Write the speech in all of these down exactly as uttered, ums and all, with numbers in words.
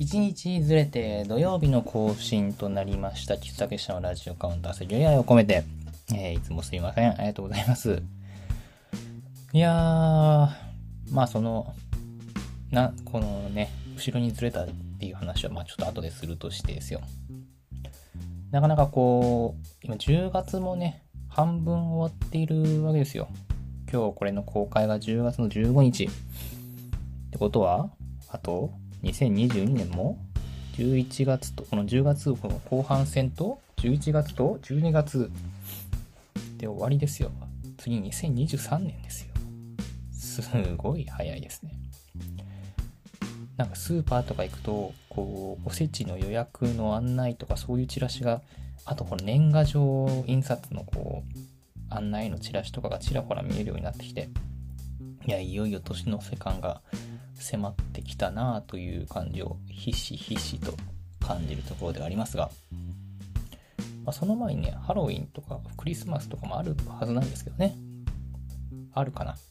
いちにちずれて土曜日の更新となりました喫茶結社のラジオカウンター席より愛を込めて、えー、いつもすいません、ありがとうございます。いやーまあそのなこのね後ろにずれたっていう話はまあちょっと後でするとしてですよ。なかなかこう今じゅうがつもね半分終わっているわけですよ。今日これの公開がじゅうがつのじゅうごにちってことはあとにせんにじゅうにねんもじゅういちがつとこのじゅうがつこの後半戦とじゅういちがつとじゅうにがつで終わりですよ。次にせんにじゅうさんねんですよ。すごい早いですね。なんかスーパーとか行くとこうおせちの予約の案内とかそういうチラシが、あとこの年賀状印刷のこう案内のチラシとかがちらほら見えるようになってきて、いやいよいよ年の瀬感が迫ってきたなという感じをひしひしと感じるところではありますが、まあ、その前にねハロウィンとかクリスマスとかもあるはずなんですけどね。あるかな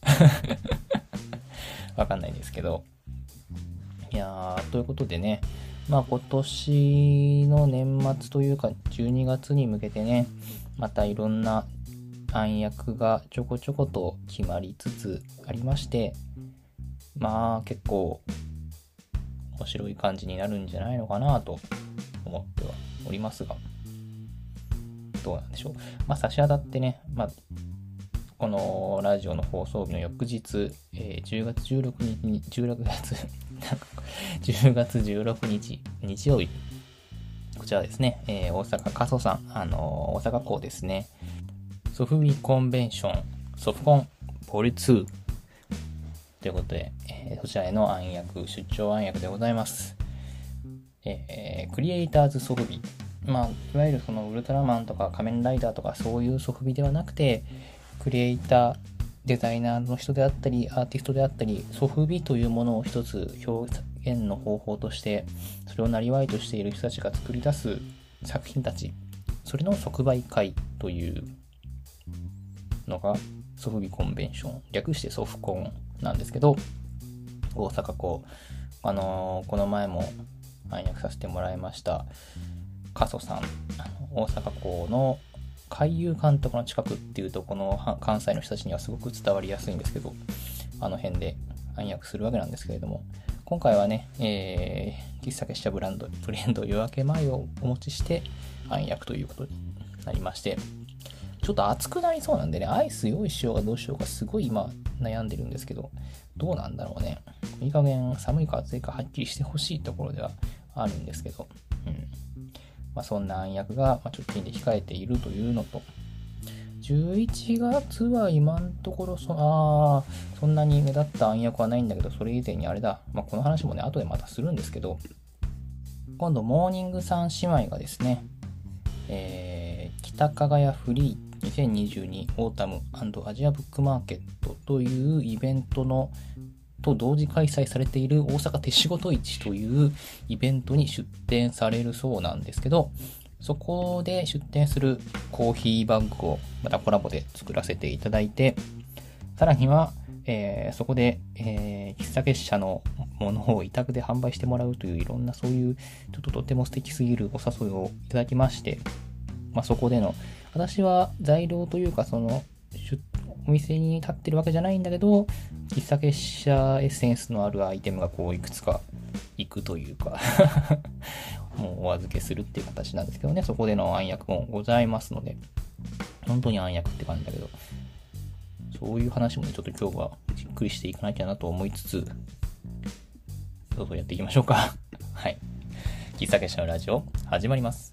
わかんないですけど、いやーということでね、まあ今年の年末というかじゅうにがつに向けてね、またいろんな案役がちょこちょこと決まりつつありまして、まあ結構面白い感じになるんじゃないのかなと思ってはおりますが、どうなんでしょう。まあ差し当たってね、まあこのラジオの放送日の翌日、えー、じゅうがつじゅうろくにちにじゅうろくがつじゅうがつじゅうろくにち日曜日、こちらですね、えー、大阪加蘇さん、あのー、大阪港ですね、ソフビコンベンションソフコンボルツーということで、えー、そちらへの案役、出張案役でございます。えー、クリエイターズソフビ、まあいわゆるそのウルトラマンとか仮面ライダーとかそういうソフビではなくて、クリエイターデザイナーの人であったりアーティストであったり、ソフビというものを一つ表現の方法としてそれを生業としている人たちが作り出す作品たち、それの即売会というのがソフビコンベンション、略してソフコンなんですけど、大阪港、あのー、この前も暗躍させてもらいました加蘇さん、あの大阪港の海遊館とかの近くっていうとこの関西の人たちにはすごく伝わりやすいんですけど、あの辺で暗躍するわけなんですけれども、今回はね、えー、喫茶結社ブランドブレンド夜明け前をお持ちして暗躍ということになりまして、ちょっと暑くなりそうなんでね、アイス用意しようかどうしようかすごい今悩んでるんですけど、どうなんだろうね。いい加減寒いか暑いかはっきりしてほしいところではあるんですけど、うんまあ、そんな暗躍が直近で控えているというのと、じゅういちがつは今のところ そ, あそんなに目立った暗躍はないんだけど、それ以前にあれだ、まあ、この話もね後でまたするんですけど、今度モーニングさん姉妹がですね、えー、北加賀屋フリーにせんにじゅうにオータム&アジアブックマーケットというイベントのと同時開催されている大阪手仕事市というイベントに出展されるそうなんですけど、そこで出展するコーヒーバッグをまたコラボで作らせていただいて、さらには、えー、そこで、えー、喫茶結社のものを委託で販売してもらうといういろんなそういうちょっととても素敵すぎるお誘いをいただきまして、まあ、そこでの私は材料というかそのお店に立ってるわけじゃないんだけど、喫茶結社エッセンスのあるアイテムがこういくつかいくというかもうお預けするっていう形なんですけどね、そこでの暗躍もございますので、本当に暗躍って感じだけど、そういう話もねちょっと今日はじっくりしていかなきゃなと思いつつ、どうぞやっていきましょうかはい、喫茶結社のラジオ始まります。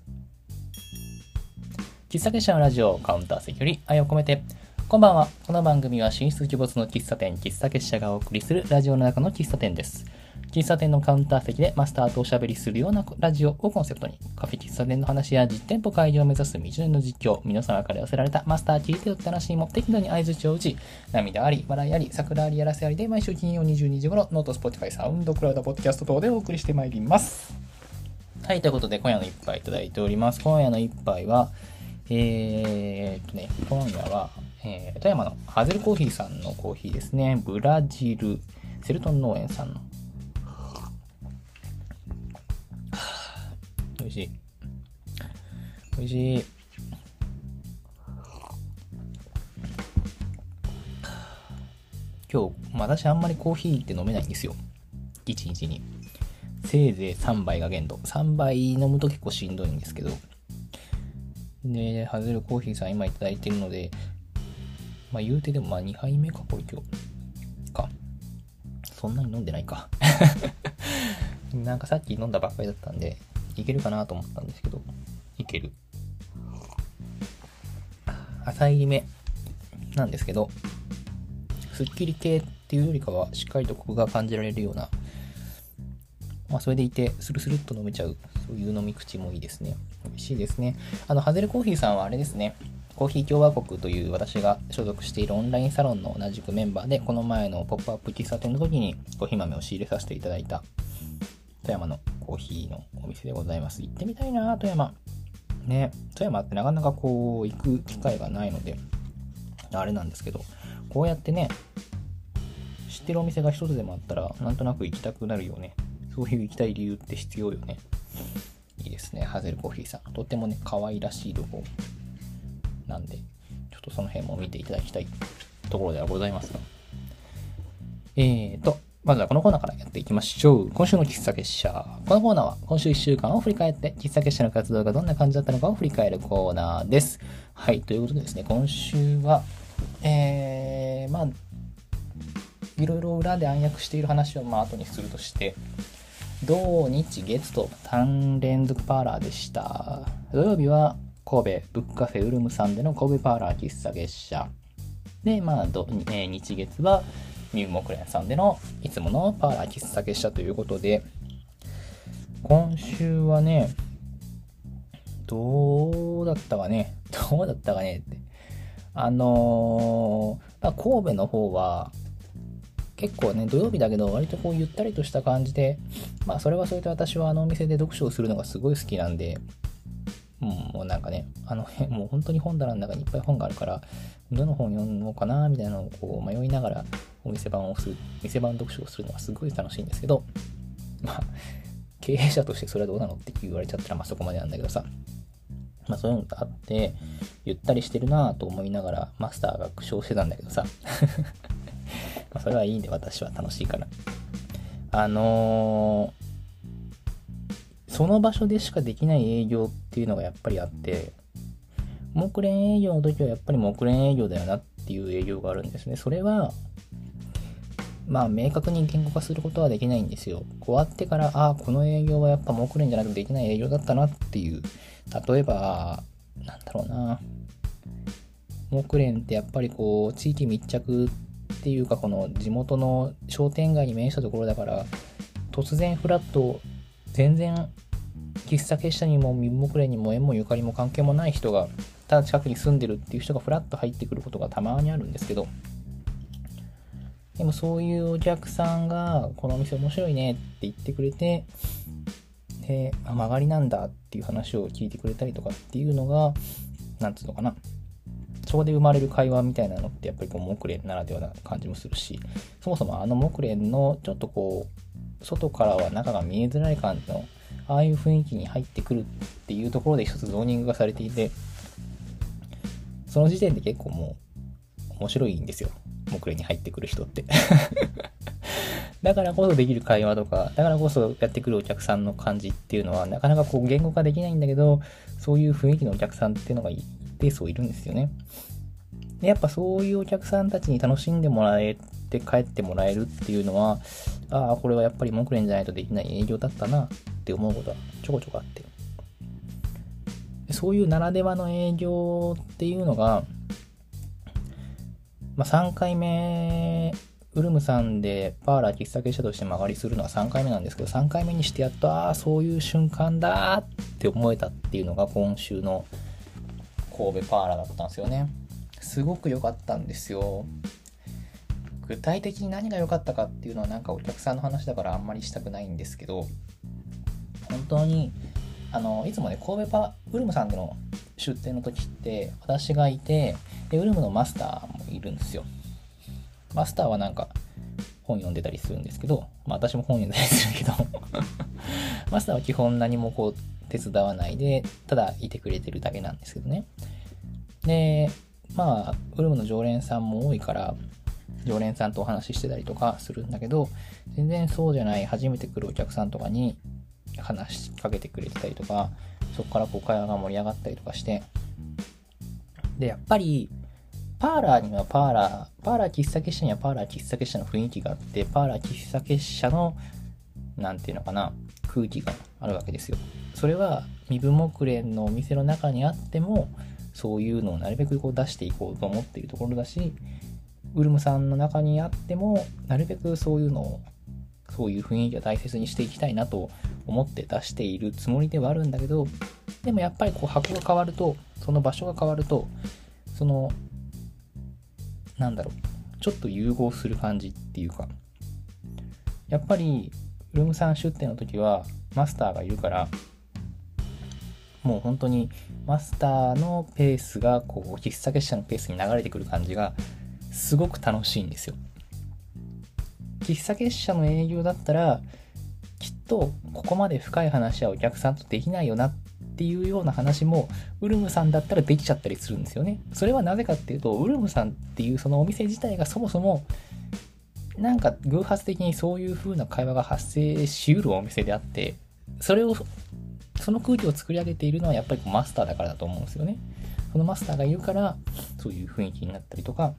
喫茶結社のラジオカウンター席より愛を込めて。こんばんは。この番組は進出鬼没の喫茶店、喫茶結社がお送りするラジオの中の喫茶店です。喫茶店のカウンター席でマスターとおしゃべりするようなラジオをコンセプトに、カフェ喫茶店の話や実店舗開業を目指す道のりの実況、皆様から寄せられたマスター聞いてよって話にも適度に相槌を打ち、涙あり、笑いあり、桜あり、やらせありで毎週金曜にじゅうにじ頃、ノート、スポティファイ、サウンドクラウド、ポッドキャスト等でお送りしてまいります。はい、ということで今夜の一杯いただいております。今夜の一杯は、えーっとね、今夜は、えー、富山のハゼルコーヒーさんのコーヒーですね。ブラジルセルトン農園さんの味しい。美味しい。今日、私あんまりコーヒーって飲めないんですよ。いちにちに。せいぜいさんばいが限度。さんばい飲むと結構しんどいんですけど。で、ハゼルコーヒーさん今いただいてるので、まあ言うてでもまあにはいめか、これ今日。か。そんなに飲んでないか。なんかさっき飲んだばっかりだったんで、いけるかなと思ったんですけど、いける。浅入り目なんですけど、すっきり系っていうよりかはしっかりとコクが感じられるような、まあそれでいてスルスルっと飲めちゃう、そういう飲み口もいいですね。美味しいですね。あのハゼルコーヒーさんはあれですね、コーヒー共和国という私が所属しているオンラインサロンの同じくメンバーで、この前のポップアップ喫茶店の時にコーヒー豆を仕入れさせていただいた富山のコーヒーのお店でございます。行ってみたいな、富山ね。富山ってなかなかこう行く機会がないのであれなんですけど、こうやってね、知ってるお店が一つでもあったらなんとなく行きたくなるよね。そういう行きたい理由って必要よね。いいですね、ハゼルコーヒーさん。とってもね、可愛らしいロゴなんで、ちょっとその辺も見ていただきたいところではございますが。えーと、まずはこのコーナーからやっていきましょう。今週の喫茶結社。このコーナーは今週いっしゅうかんを振り返って、喫茶結社の活動がどんな感じだったのかを振り返るコーナーです。はい、ということでですね、今週は、えー、まあ、いろいろ裏で暗躍している話をまあ後にするとして、土日月とさん連続パーラーでした。土曜日は神戸ブックカフェウルムさんでの神戸パーラー喫茶月謝で、まあど、えー、日月はミューモクレンさんでのいつものパーラー喫茶月謝ということで、今週はね、どうだったかねどうだったかねってあのーまあ、神戸の方は結構ね、土曜日だけど割とこうゆったりとした感じで、まあそれはそれと私はあのお店で読書をするのがすごい好きなんで、うん、もうなんかね、あのもう本当に本棚の中にいっぱい本があるから、どの本読もうかなみたいなのをこう迷いながらお店番をする、店番読書をするのがすごい楽しいんですけど、まあ経営者としてそれはどうなのって言われちゃったらまあそこまでなんだけどさ、まあそういうのがあってゆったりしてるなぁと思いながらマスターが苦笑してたんだけどさまあそれはいいんで、私は楽しいから。あのー、その場所でしかできない営業っていうのがやっぱりあって、木蓮営業の時はやっぱり木蓮営業だよなっていう営業があるんですね。それはまあ明確に言語化することはできないんですよ。終わってから、ああこの営業はやっぱ木蓮じゃなくてできない営業だったなっていう。例えばなんだろうな、木蓮ってやっぱりこう地域密着っていうか、この地元の商店街に面したところだから、突然フラッと全然喫茶結社にも民木蓮にも縁もゆかりも関係もない人がただ近くに住んでるっていう人がフラッと入ってくることがたまにあるんですけど、でもそういうお客さんがこのお店面白いねって言ってくれて、であ曲がりなんだっていう話を聞いてくれたりとかっていうのが、なんつうのかな、そこで生まれる会話みたいなのってやっぱりこう木蓮ならではな感じもするし、そもそもあの木蓮のちょっとこう外からは中が見えづらい感じのああいう雰囲気に入ってくるっていうところで一つゾーニングがされていて、その時点で結構もう面白いんですよ、木蓮に入ってくる人ってだからこそできる会話とか、だからこそやってくるお客さんの感じっていうのはなかなかこう言語化できないんだけど、そういう雰囲気のお客さんっていうのが一定数いるんですよね。でやっぱそういうお客さんたちに楽しんでもらえて帰ってもらえるっていうのは、ああこれはやっぱり木蓮じゃないとできない営業だったなって思うことはちょこちょこあって、そういうならではの営業っていうのが、まあ、さんかいめウルムさんでパーラー喫茶結社として間借りするのはさんかいめなんですけど、さんかいめにしてやっとああそういう瞬間だって思えたっていうのが今週の神戸パーラーだったんですよね。すごく良かったんですよ。具体的に何が良かったかっていうのはなんかお客さんの話だからあんまりしたくないんですけど、本当にあのいつもね神戸パウルムさんでの出店の時って私がいて、でウルムのマスターもいるんですよ。マスターはなんか本読んでたりするんですけど、まあ私も本読んだりするけどマスターは基本何もこう手伝わないでただいてくれてるだけなんですけどね。でまあウルムの常連さんも多いから常連さんとお話ししてたりとかするんだけど、全然そうじゃない初めて来るお客さんとかに話しかけてくれてたりとか、そこからこう会話が盛り上がったりとかして、でやっぱりパーラーにはパーラーパーラー喫茶結社にはパーラー喫茶結社の雰囲気があって、パーラー喫茶結社のなんていうのかな空気があるわけですよ。それは身分木蓮のお店の中にあってもそういうのをなるべくこう出していこうと思っているところだし、ウルムさんの中にあってもなるべくそういうのをそういう雰囲気を大切にしていきたいなと思って出しているつもりではあるんだけど、でもやっぱりこう箱が変わると、その場所が変わると、そのなんだろうちょっと融合する感じっていうか、やっぱりウルムさん出店の時はマスターがいるから、もう本当にマスターのペースがこう喫茶結社のペースに流れてくる感じがすごく楽しいんですよ。喫茶結社の営業だったらきっとここまで深い話はお客さんとできないよなっていうような話もウルムさんだったらできちゃったりするんですよね。それはなぜかっていうと、ウルムさんっていうそのお店自体がそもそもなんか偶発的にそういう風な会話が発生しうるお店であって、それをその空気を作り上げているのはやっぱりマスターだからだと思うんですよね。そのマスターがいるからそういう雰囲気になったりとか、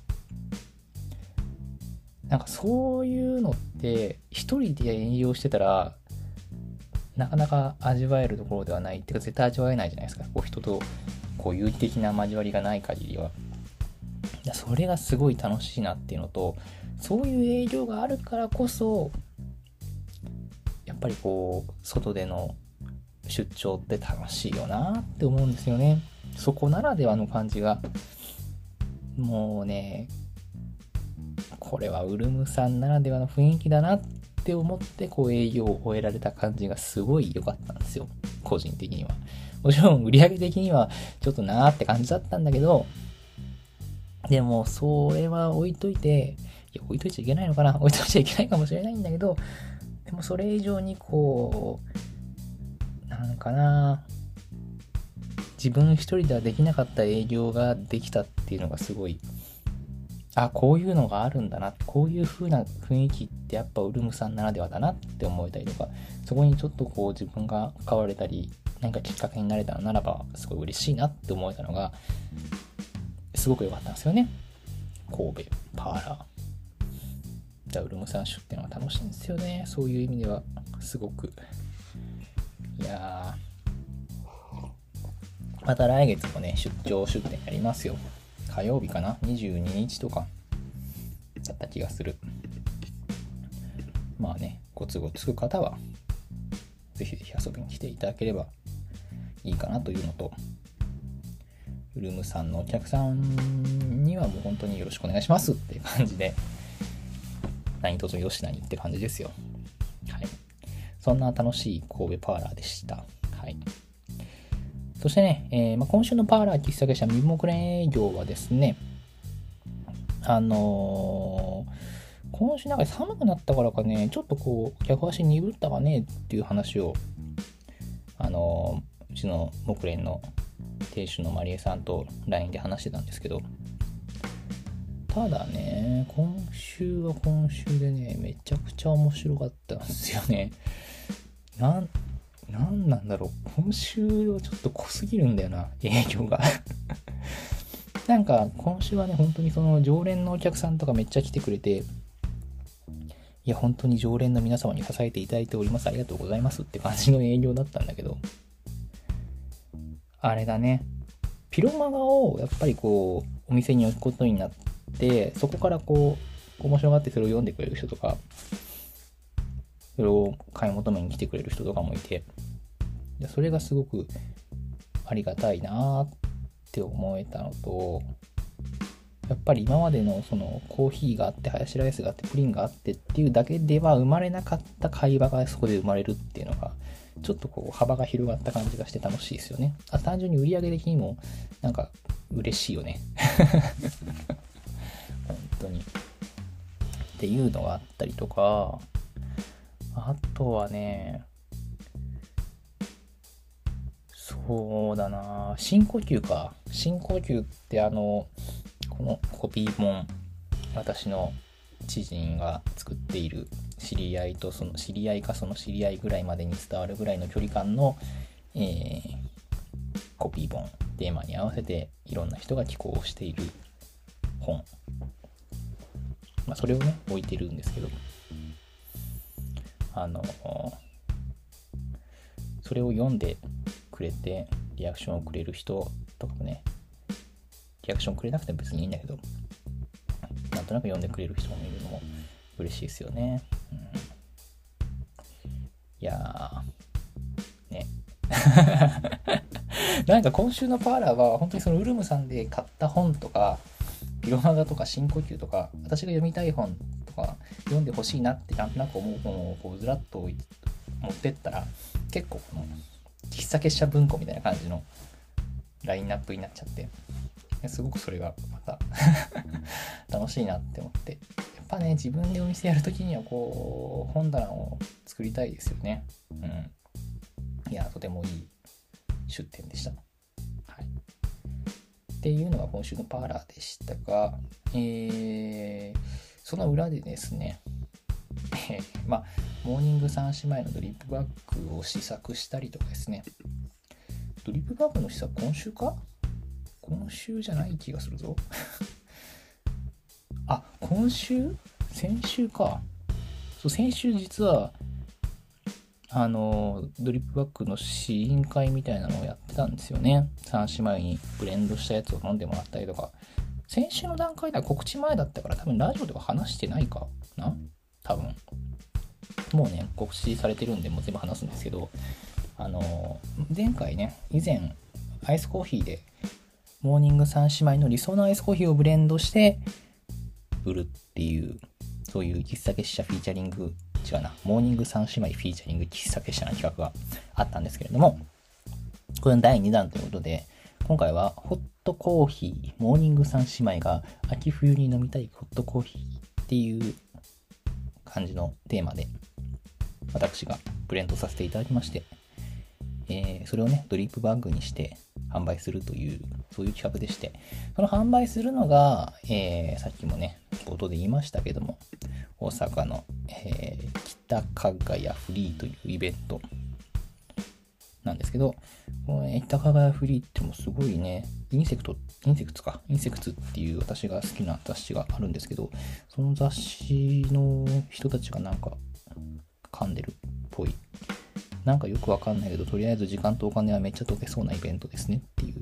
なんかそういうのって一人で営業してたらなかなか味わえるところではないっていうか、絶対味わえないじゃないですか。こう人とこう有機的な交わりがない限りは。それがすごい楽しいなっていうのと、そういう営業があるからこそやっぱりこう外での出張って楽しいよなって思うんですよね。そこならではの感じがもうね、これはウルムさんならではの雰囲気だなって思ってこう営業を終えられた感じがすごい良かったんですよ、個人的には。もちろん売上的にはちょっとなーって感じだったんだけど、でもそれは置いといて、いや置いといちゃいけないのかな、置いといちゃいけないかもしれないんだけど、でもそれ以上にこうなんかな、自分一人ではできなかった営業ができたっていうのがすごい、あ、こういうのがあるんだな、こういう風な雰囲気ってやっぱウルムさんならではだなって思えたりとか、そこにちょっとこう自分が関われたり何かきっかけになれたならばすごい嬉しいなって思えたのがすごく良かったんですよね。神戸パーラーじゃあウルムさん出店は楽しいんですよね。そういう意味ではすごく。いやー、また来月もね出張出店やりますよ。火曜日かな、にじゅうににちとかだった気がする。まあね、ご都合つく方はぜひぜひ遊びに来ていただければいいかなというのと、ウルムさんのお客さんにはもう本当によろしくお願いしますっていう感じで、何卒よしなにって感じですよ。はい。そんな楽しい神戸パーラーでした。はい。そしてね、えーまあ、今週のパーラー喫茶結社身分木蓮営業はですね、あのー、今週なんか寒くなったからかね、ちょっとこう客足鈍ったかねっていう話を、あのー、うちの木蓮の店主のマリエさんと ライン で話してたんですけど、ただね、今週は今週でね、めちゃくちゃ面白かったんですよね。なんなんなんだろう、今週はちょっと濃すぎるんだよな、営業がなんか今週はね、本当にその常連のお客さんとかめっちゃ来てくれて、いや本当に常連の皆様に支えていただいております、ありがとうございますって感じの営業だったんだけど、あれだね、ピロマガをやっぱりこうお店に置くことになって、そこからこう面白がってそれを読んでくれる人とか、それを買い求めに来てくれる人とかもいて、それがすごくありがたいなって思えたのと、やっぱり今までのそのコーヒーがあってハヤシライスがあってプリンがあってっていうだけでは生まれなかった会話がそこで生まれるっていうのがちょっとこう幅が広がった感じがして楽しいですよね。あ、単純に売り上げ的にもなんか嬉しいよね本当にっていうのがあったりとか、あとはね、 そうだな、深呼吸か。深呼吸ってあの、このコピー本、私の知人が作っている知り合いとその知り合いかその知り合いぐらいまでに伝わるぐらいの距離感の、えー、コピー本、テーマに合わせていろんな人が寄稿している本。まあそれをね、置いてるんですけど、あの、それを読んでくれてリアクションをくれる人とかもね、リアクションくれなくても別にいいんだけど、なんとなく読んでくれる人もいるのも嬉しいですよね。うん、いやーねなんか今週のパーラーは本当にそのウルムさんで買った本とかピロマガとか深呼吸とか私が読みたい本とか読んでほしいなってなんとなく思う本をこうずらっと持ってったら結構この喫茶結社文庫みたいな感じのラインナップになっちゃってすごくそれがまた楽しいなって思って、やっぱね自分でお店やるときにはこう本棚を作りたいですよね。うん、いやとてもいい出店でした。はい。っていうのが今週のパーラーでしたが、えー、その裏でですね、えー、まあモーニング三姉妹のドリップバッグを試作したりとかですね。ドリップバッグの試作今週か？今週じゃない気がするぞあ、今週？先週か。そう、先週実はあのドリップバッグの試飲会みたいなのをやってたんですよね。三姉妹にブレンドしたやつを飲んでもらったりとか。先週の段階では告知前だったから多分ラジオでは話してないかな？多分。もうね、告知されてるんでもう全部話すんですけど、あの前回ね、以前アイスコーヒーでモーニング三姉妹の理想のアイスコーヒーをブレンドして売るっていう、そういう喫茶結社フィーチャリング、違うな、モーニング三姉妹フィーチャリング喫茶結社の企画があったんですけれども、これのだいにだんということで、今回はホットコーヒー、モーニング三姉妹が秋冬に飲みたいホットコーヒーっていう感じのテーマで私がブレンドさせていただきまして、えー、それをねドリップバッグにして販売するというそういう企画でして、その販売するのが、えー、さっきもね冒頭で言いましたけども、大阪の、えー、北かがやフリーというイベントなんですけど、この北かがやフリーってもすごいね、インセクトインセクツかインセクツっていう私が好きな雑誌があるんですけど、その雑誌の人たちがなんか噛んでるっぽい、なんかよくわかんないけど、とりあえず時間とお金はめっちゃ溶けそうなイベントですねっていう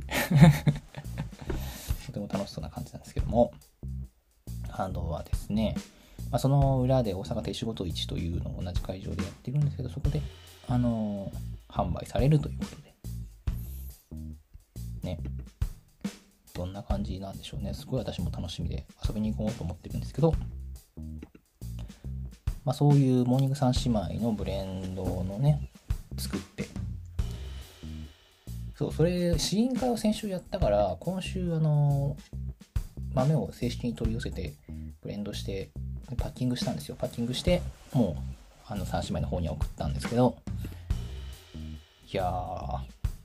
とても楽しそうな感じなんですけども、あとはですね、まあ、その裏で大阪手仕事市というのを同じ会場でやってるんですけど、そこであのー、販売されるということでね、どんな感じなんでしょうね。すごい私も楽しみで遊びに行こうと思ってるんですけど、まあ、そういうモーニング三姉妹のブレンドのね作って、そう、それ試飲会を先週やったから、今週あの豆を正式に取り寄せてブレンドしてパッキングしたんですよ。パッキングしてもうあの三姉妹の方に送ったんですけど、いやー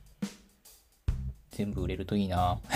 全部売れるといい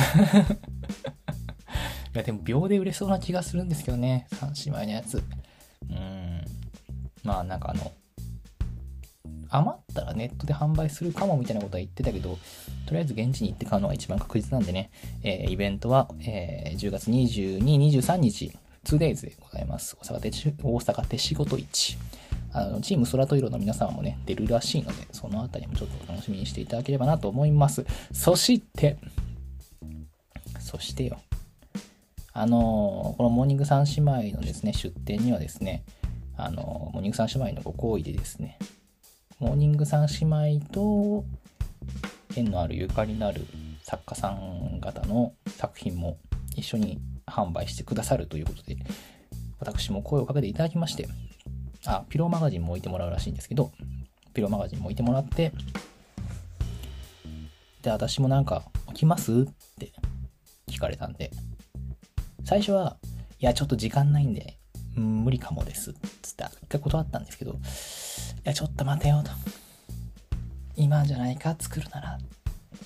ないやでも秒で売れそうな気がするんですけどね、三姉妹のやつ。うーん、まあなんかあの余ったらネットで販売するかもみたいなことは言ってたけど、とりあえず現地に行って買うのが一番確実なんでね、えー、イベントは、えー、じゅうがつにじゅうに、にじゅうさんにち ツーデイズ でございます。大阪手し大阪手仕事市、あのチーム空と色の皆様もね出るらしいので、そのあたりもちょっと楽しみにしていただければなと思います。そしてそしてよ、あのー、このモーニング三姉妹のですね出店にはですね、あのー、モーニング三姉妹のご好意でですね、モーニング三姉妹と縁のあるゆかりのある作家さん方の作品も一緒に販売してくださるということで、私も声をかけていただきまして、あ、ピローマガジンも置いてもらうらしいんですけど、ピローマガジンも置いてもらって、で、私もなんか置きますって聞かれたんで、最初はいやちょっと時間ないんで、うん、無理かもですっつって一回断ったんですけど、いやちょっと待てよと、今じゃないか作るなら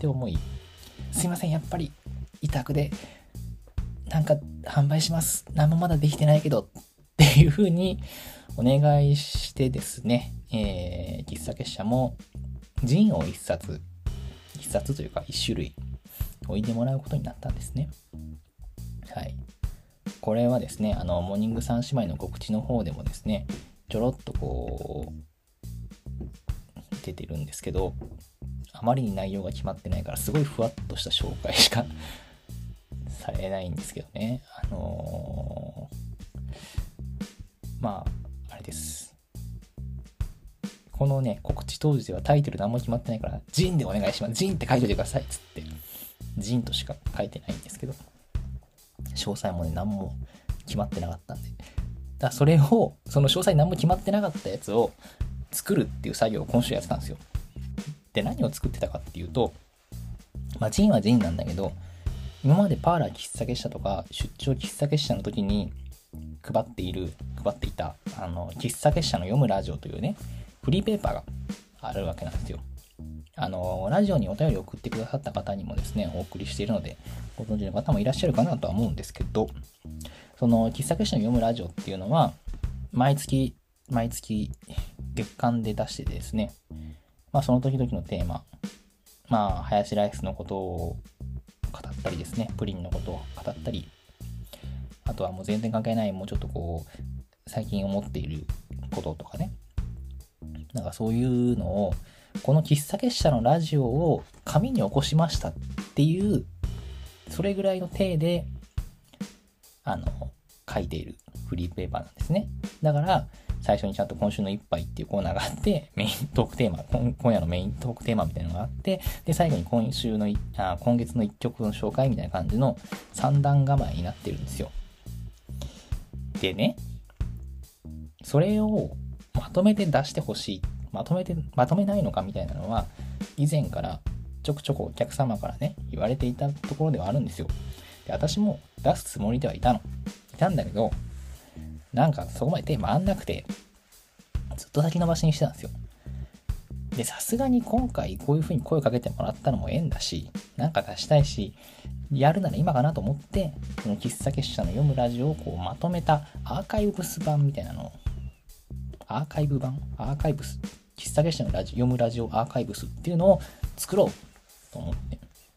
って思い、すいませんやっぱり委託でなんか販売します、何もまだできてないけどっていう風にお願いしてですね、えー、喫茶結社もジンを一冊一冊というか一種類置いてもらうことになったんですね。はい。これはですね、あのモーニング三姉妹の告知の方でもですね、ちょろっとこう出てるんですけど、あまりに内容が決まってないからすごいふわっとした紹介しかされないんですけどね。あのー、まああれです。このね告知当時ではタイトル何も決まってないからジンでお願いします、ジンって書いといてくださいっつってジンとしか書いてないんですけど、詳細もね何も決まってなかったんで、だそれをその詳細何も決まってなかったやつを作るっていう作業を今週やってたんですよ。で何を作ってたかっていうと、まあジンはジンなんだけど、今までパーラー喫茶結社とか出張喫茶結社の時に配っている配っていたあの喫茶結社の読むラジオというねフリーペーパーがあるわけなんですよ。あのラジオにお便りを送ってくださった方にもですねお送りしているのでご存知の方もいらっしゃるかなとは思うんですけど、その喫茶結社の読むラジオっていうのは毎月毎月月間で出しててですね、まあその時々のテーマ、まあハヤシライスのことを語ったりですね、プリンのことを語ったり、あとはもう全然関係ないもうちょっとこう最近思っていることとかね、なんかそういうのをこの喫茶結社のラジオを紙に起こしましたっていうそれぐらいの体であの書いているフリーペーパーなんですね。だから最初にちゃんと今週の一杯っていうコーナーがあって、メイントークテーマ、今夜のメイントークテーマみたいなのがあって、で最後に今週のあ今月の一曲の紹介みたいな感じの三段構えになってるんですよ。でね、それをまとめて出してほしい、まとめてまとめないのかみたいなのは以前からちょくちょくお客様からね言われていたところではあるんですよ。で私も出すつもりではいたのいたんだけど、なんかそこまでテーマあんなくてずっと先延ばしにしてたんですよ。でさすがに今回こういう風に声かけてもらったのも縁だし、なんか出したいし、やるなら今かなと思って、この喫茶結社の読むラジオをこうまとめたアーカイブス版みたいなのを、アーカイブ版アーカイブス喫茶結社のラジ読むラジオアーカイブスっていうのを作ろうと思って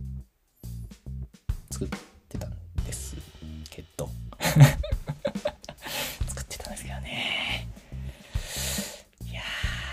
作ってたんですけど作ってたんですけどね。いや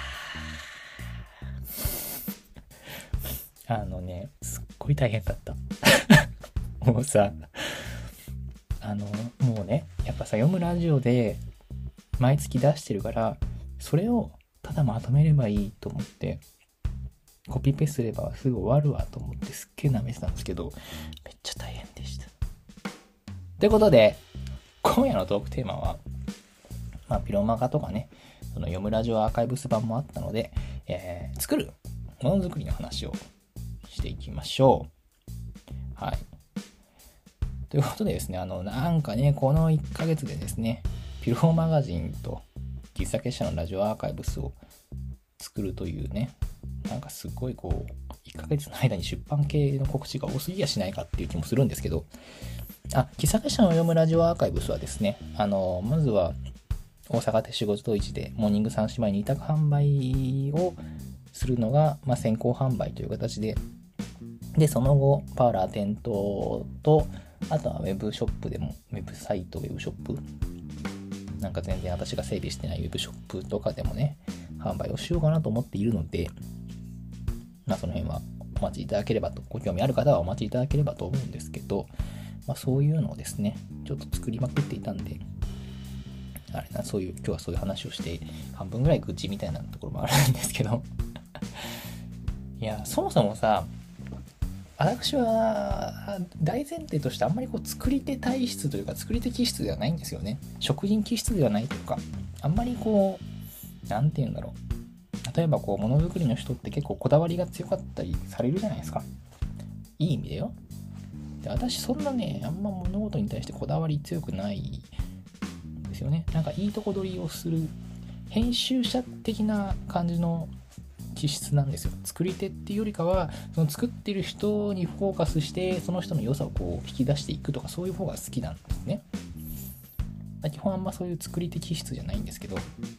ーあのねすっごい大変だったもうさあのもうねやっぱさ読むラジオで毎月出してるからそれをただまとめればいいと思ってコピペすればすぐ終わるわと思ってすっげえ舐めてたんですけどめっちゃ大変でした。ということで今夜のトークテーマは、まあ、ピロマガとかねその読むラジオアーカイブス版もあったので、えー、作るものづくりの話をしていきましょう。はい。ということでですね、あのなんかねこのいっかげつでですねピローマガジンと喫茶結社のラジオアーカイブスを作るというね、なんかすごいこういっかげつの間に出版系の告知が多すぎやしないかっていう気もするんですけど、あ、喫茶結社の読むラジオアーカイブスはですね、あのまずは大阪手仕事市でモーニング三姉妹に委託販売をするのが、まあ、先行販売という形で、でその後パーラー店頭とあとはウェブショップでもウェブサイトウェブショップなんか全然私が整備してないウェブショップとかでもね販売をしようかなと思っているので、まあその辺はお待ちいただければと、ご興味ある方はお待ちいただければと思うんですけど、まあそういうのをですねちょっと作りまくっていたんで、あれなそういう今日はそういう話をして半分ぐらい愚痴みたいなところもあるんですけどいやそもそもさ私は大前提としてあんまりこう作り手体質というか作り手気質ではないんですよね。職人気質ではないというか、あんまりこうなんて言うんだろう、例えばこうものづくりの人って結構こだわりが強かったりされるじゃないですか、いい意味でよ。で私そんなねあんま物事に対してこだわり強くないんですよね。なんかいいとこ取りをする編集者的な感じの気質なんですよ。作り手っていうよりかは、その作ってる人にフォーカスして、その人の良さをこう引き出していくとか、そういう方が好きなんですね。基本あんまそういう作り手気質じゃないんですけど、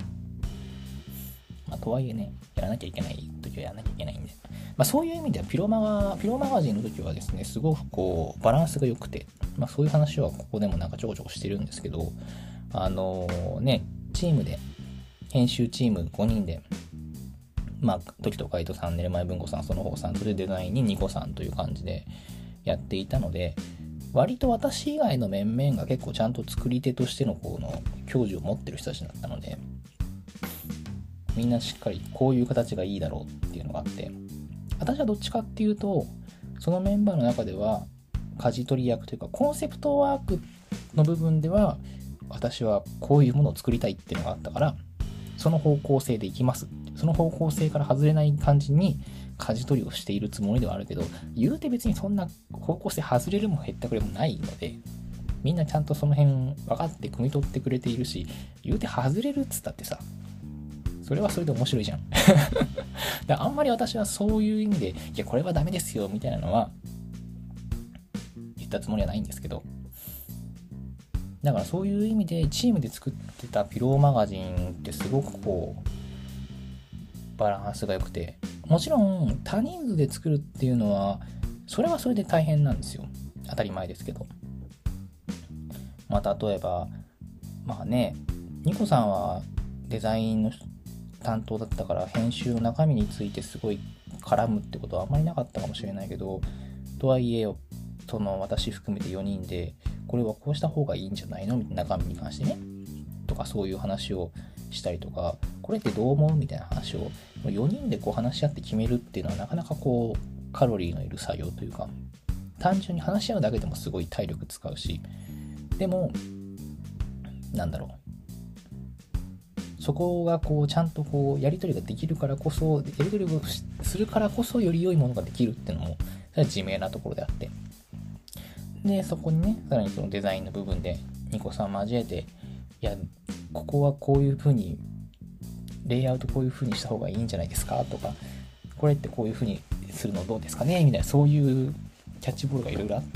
まあ、とはいえね、やらなきゃいけない時はやらなきゃいけないんで、まあ、そういう意味ではピロマガ、ピロマガジンの時はですね、すごくこうバランスが良くて、まあ、そういう話はここでもなんかちょこちょこしてるんですけど、あのー、ね、チームで、編集チームごにんで、まあ、時とカイトさん、寝る前文庫さん、その方さん、それでデザインにニコさんという感じでやっていたので、割と私以外の面々が結構ちゃんと作り手としてのこの矜持を持ってる人たちだったので、みんなしっかりこういう形がいいだろうっていうのがあって、私はどっちかっていうと、そのメンバーの中では舵取り役というかコンセプトワークの部分では私はこういうものを作りたいっていうのがあったから、その方向性でいきます。その方向性から外れない感じに舵取りをしているつもりではあるけど、言うて別にそんな方向性外れるもへったくれもないので、みんなちゃんとその辺分かって汲み取ってくれているし、言うて外れるっつったってさ、それはそれで面白いじゃんだあんまり私はそういう意味で、いやこれはダメですよみたいなのは言ったつもりはないんですけど、だからそういう意味でチームで作ってたピローマガジンってすごくこうバランスが良くて、もちろん多人数で作るっていうのはそれはそれで大変なんですよ。当たり前ですけど、まあ例えばまあね、ニコさんはデザインの担当だったから編集の中身についてすごい絡むってことはあんまりなかったかもしれないけど、とはいえその私含めてよにんでこれはこうした方がいいんじゃないのみたいな中身に関してねとか、そういう話をしたりとか、これってどう思うみたいな話をよにんでこう話し合って決めるっていうのはなかなかこうカロリーのいる作業というか、単純に話し合うだけでもすごい体力使うし、でもなんだろう、そこがこうちゃんとこうやり取りができるからこそ、やり取りをするからこそより良いものができるっていうのも自明なところであって、でそこにねさらにそのデザインの部分でニコさん交えて、いやここはこういう風にレイアウトこういう風にした方がいいんじゃないですかとか、これってこういう風にするのどうですかねみたいな、そういうキャッチボールがいろいろあって、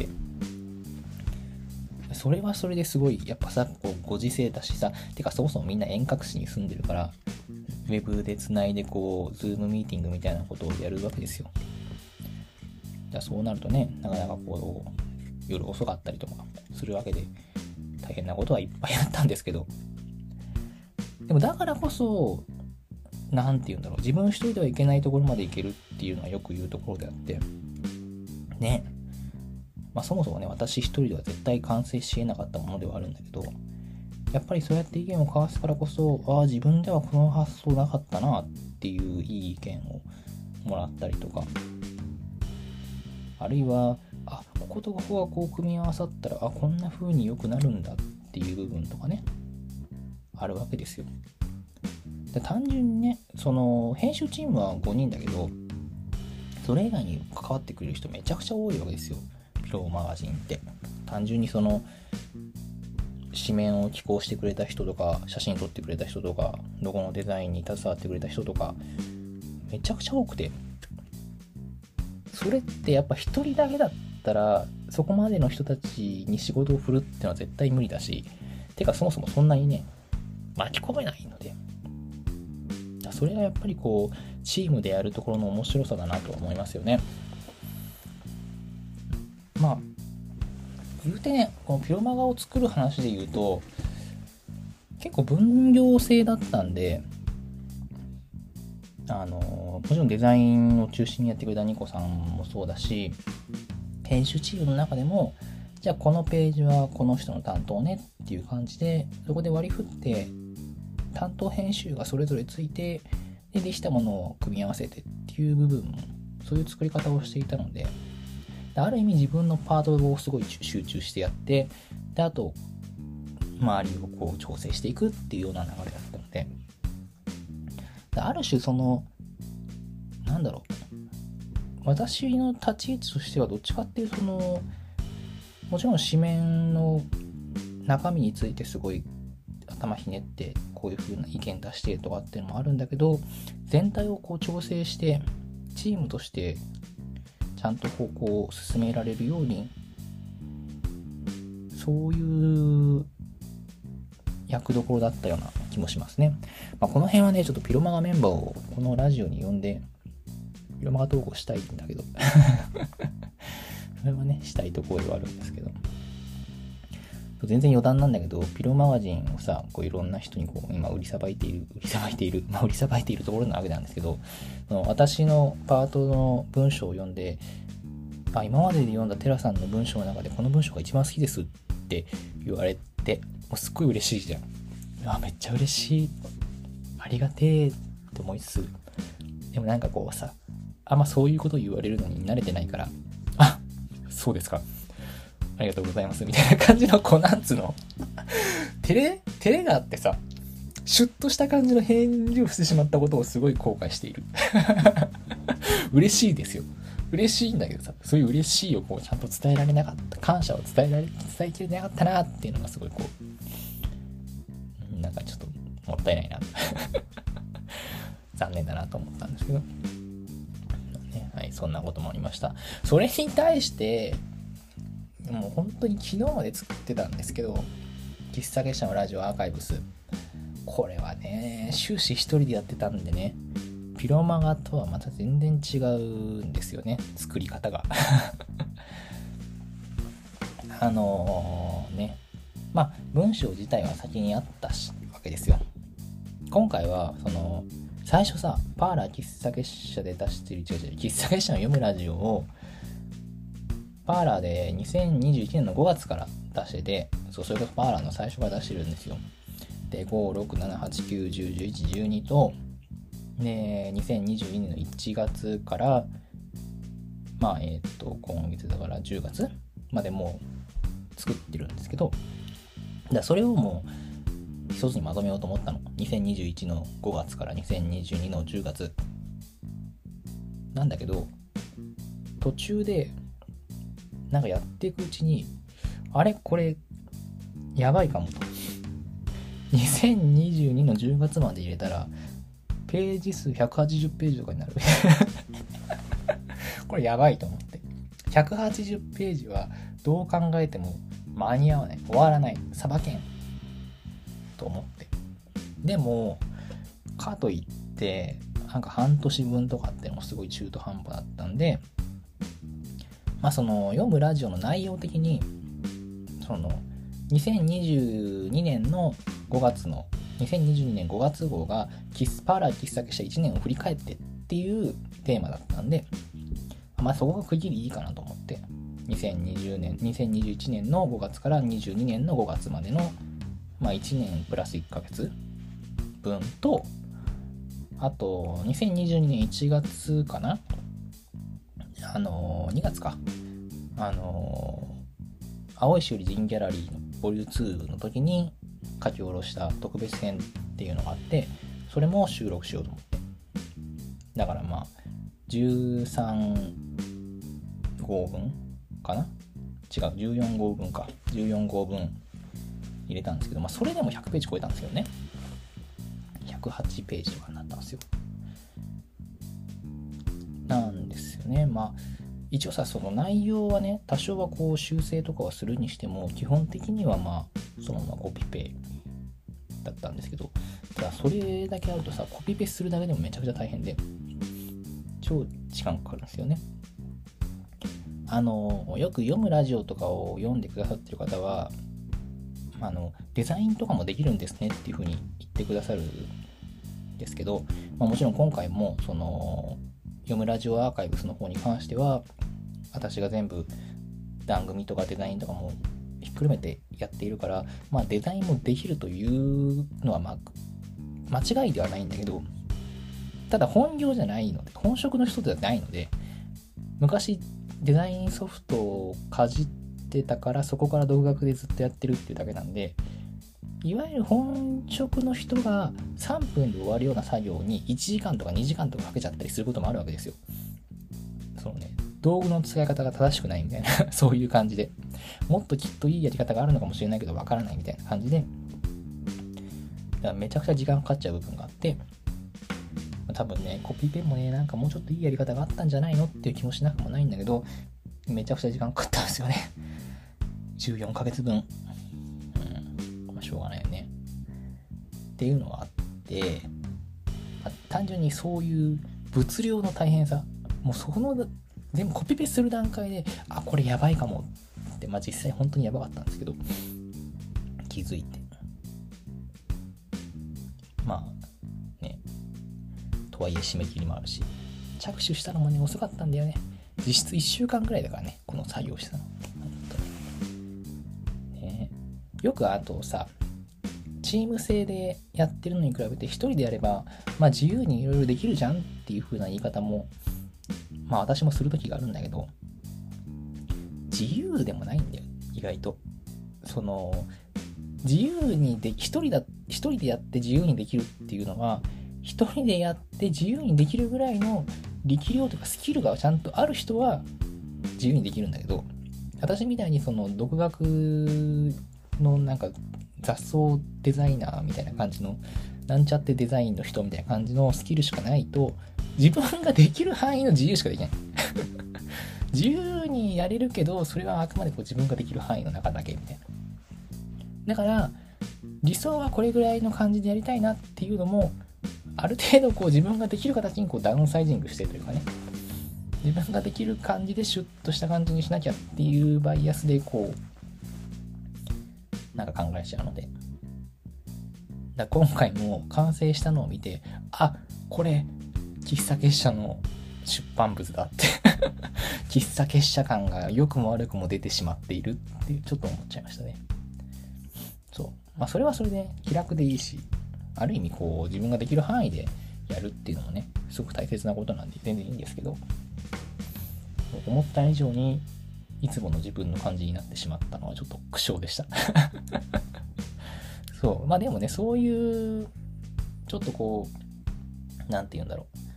それはそれですごいやっぱさ、こうご時世だしさ、てかそもそもみんな遠隔地に住んでるからウェブでつないでこうズームミーティングみたいなことをやるわけですよ。じゃあそうなるとね、なかなかこう夜遅かったりとかするわけで大変なことはいっぱいあったんですけど、でもだからこそなんて言うんだろう、自分一人ではいけないところまで行けるっていうのはよく言うところであってね、まあそもそもね私一人では絶対完成し得なかったものではあるんだけど、やっぱりそうやって意見を交わすからこそ、ああ自分ではこの発想なかったなっていういい意見をもらったりとか、あるいはあこことここがこう組み合わさったらあこんな風に良くなるんだっていう部分とかねあるわけですよ。で単純にね、その編集チームはごにんだけど、それ以外に関わってくれる人めちゃくちゃ多いわけですよ、ピローマガジンって。単純にその紙面を寄稿してくれた人とか、写真撮ってくれた人とか、ロゴのデザインに携わってくれた人とかめちゃくちゃ多くて、それってやっぱ一人だけだったらそこまでの人たちに仕事を振るってのは絶対無理だし、てかそもそもそんなにね巻き込めないので、それがやっぱりこうチームでやるところの面白さだなと思いますよね。まあ言うてね、このピロマガを作る話で言うと結構分業制だったんで、あのもちろんデザインを中心にやってくれたニコさんもそうだし、編集チームの中でもじゃあこのページはこの人の担当ねっていう感じで、そこで割り振って担当編集がそれぞれついて、でできたものを組み合わせてっていう部分もそういう作り方をしていたので、ある意味自分のパートをすごい集中してやって、であと周りをこう調整していくっていうような流れだったので、ある種そのなんだろう、私の立ち位置としてはどっちかっていうと、そのもちろん紙面の中身についてすごい頭ひねってこういう風な意見出してとかっていうのもあるんだけど、全体をこう調整してチームとしてちゃんと方向を進められるように、そういう役どころだったような気もしますね。まあ、この辺はねちょっとピロマガメンバーをこのラジオに呼んでピロマガ投稿したいんだけどそれはねしたいところではあるんですけど、全然余談なんだけど、ピロマガジンをさこういろんな人にこう今売りさばいている売りさばいているまあ売りさばいているところなわけなんですけど、その私のパートの文章を読んで、あ今までで読んだテラさんの文章の中でこの文章が一番好きですって言われて、もうすっごい嬉しいじゃん。あめっちゃ嬉しい、ありがてえって思いつつ、でもなんかこうさ、あんまそういうことを言われるのに慣れてないから、あそうですかありがとうございますみたいな感じのこうなんつうの照れ照れがあってさ、シュッとした感じの返事をしてしまったことをすごい後悔している嬉しいですよ、嬉しいんだけどさ、そういう嬉しいをこうちゃんと伝えられなかった、感謝を伝えられ伝えきれなかったなっていうのがすごいこうなんかちょっともったいないな残念だなと思ったんですけど、ね、はい、そんなこともありました。それに対してもう本当に昨日まで作ってたんですけど、喫茶結社のラジオアーカイブス、これはね終始一人でやってたんでね、ピロマガとはまた全然違うんですよね、作り方があのねまあ文章自体は先にあったしわけですよ。今回はその最初さパーラー喫茶結社で出してる違う違う喫茶結社の読むラジオをパーラーでにせんにじゅういちねんのごがつから出してて、そうそれこそパーラーの最初から出してるんですよ。でご、ろく、なな、はち、きゅう、じゅう、じゅういち、じゅうにとでにせんにじゅうにねんのいちがつからまあえっと今月だからじゅうがつまでもう作ってるんですけど、だそれをもう一つにまとめようと思ったの。にせんにじゅういちのごがつからにせんにじゅうにのじゅうがつなんだけど、途中でなんかやっていくうちにあれこれやばいかもとにせんにじゅうにのじゅうがつまで入れたらページ数ひゃくはちじゅうページとかになるこれやばいと思って、ひゃくはちじゅうページはどう考えても間に合わない、終わらない、さばけんと思って、でもかといってなんか半年分とかってのもすごい中途半端だったんで、まあその読むラジオの内容的にそのにせんにじゅうにねんのごがつのにせんにじゅうにねんごがつ号がキスパーラー喫茶結社いちねんを振り返ってっていうテーマだったんで、まあそこが区切りいいかなと思ってにせんにじゅうねんにせんにじゅういちねんのごがつからにじゅうにねんのごがつまでのまあいちねんプラスいっかげつぶんと、あとにせんにじゅうにねんいちがつかな、あのー、にがつかあのー、青いしおりジンギャラリーのボリューツーの時に書き下ろした特別編っていうのがあって、それも収録しようと思って、だからまあじゅうさんごうぶんかな、違うじゅうよんごうぶんかじゅうよんごうぶん入れたんですけど、まあそれでもひゃくページ超えたんですよね。ひゃくはちページとかになったんですよ。なんですよね。まあ一応さその内容はね多少はこう修正とかはするにしても基本的にはまあそのままコピペだったんですけど、ただそれだけあるとさコピペするだけでもめちゃくちゃ大変で超時間かかるんですよね。あのよく読むラジオとかを読んでくださってる方はあのデザインとかもできるんですねっていう風に言ってくださるんですけど、まあ、もちろん今回もその読むラジオアーカイブスの方に関しては私が全部番組とかデザインとかもひっくるめてやっているから、まあ、デザインもできるというのは、まあ、間違いではないんだけど、ただ本業じゃないので本職の人ではないので、昔デザインソフトをかじってたからそこから独学でずっとやってるっていうだけなんで、いわゆる本職の人がさんぷんで終わるような作業にいちじかんとかにじかんとかかけちゃったりすることもあるわけですよ。そのね、道具の使い方が正しくないみたいなそういう感じで、もっときっといいやり方があるのかもしれないけどわからないみたいな感じで、 だからめちゃくちゃ時間かかっちゃう部分があって、多分ねコピペもねなんかもうちょっといいやり方があったんじゃないのっていう気もしなくもないんだけど、めちゃくちゃ時間かかったんですよね。じゅうよんかげつぶん、うん、まあしょうがないよねっていうのがあって、まあ、単純にそういう物量の大変さ、もうその全部コピペする段階であこれやばいかもって、まあ実際本当にやばかったんですけど気づいて、まあねとはいえ締め切りもあるし、着手したのもね遅かったんだよね。実質いっしゅうかんぐらいだからねこの作業したの本当に、ね、よくあとさチーム制でやってるのに比べて一人でやればまあ自由にいろいろできるじゃんっていう風な言い方もまあ私もする時があるんだけど、自由でもないんだよ意外と。その自由にで一人だ一人でやって自由にできるっていうのは、一人でやって自由にできるぐらいの力量とかスキルがちゃんとある人は自由にできるんだけど、私みたいにその独学のなんか雑草デザイナーみたいな感じのなんちゃってデザインの人みたいな感じのスキルしかないと、自分ができる範囲の自由しかできない自由にやれるけどそれはあくまでこう自分ができる範囲の中だけみたいな。だから理想はこれぐらいの感じでやりたいなっていうのもある程度こう自分ができる形にこうダウンサイジングしてというかね、自分ができる感じでシュッとした感じにしなきゃっていうバイアスでこうなんか考えちゃうので、だ今回も完成したのを見て、あこれ喫茶結社の出版物だって喫茶結社感が良くも悪くも出てしまっているっていうちょっと思っちゃいましたね。そうまあそれはそれで気楽でいいし、ある意味こう自分ができる範囲でやるっていうのもねすごく大切なことなんで全然いいんですけど、思った以上にいつもの自分の感じになってしまったのはちょっと苦笑でしたそうまあでもねそういうちょっとこうなんて言うんだろう、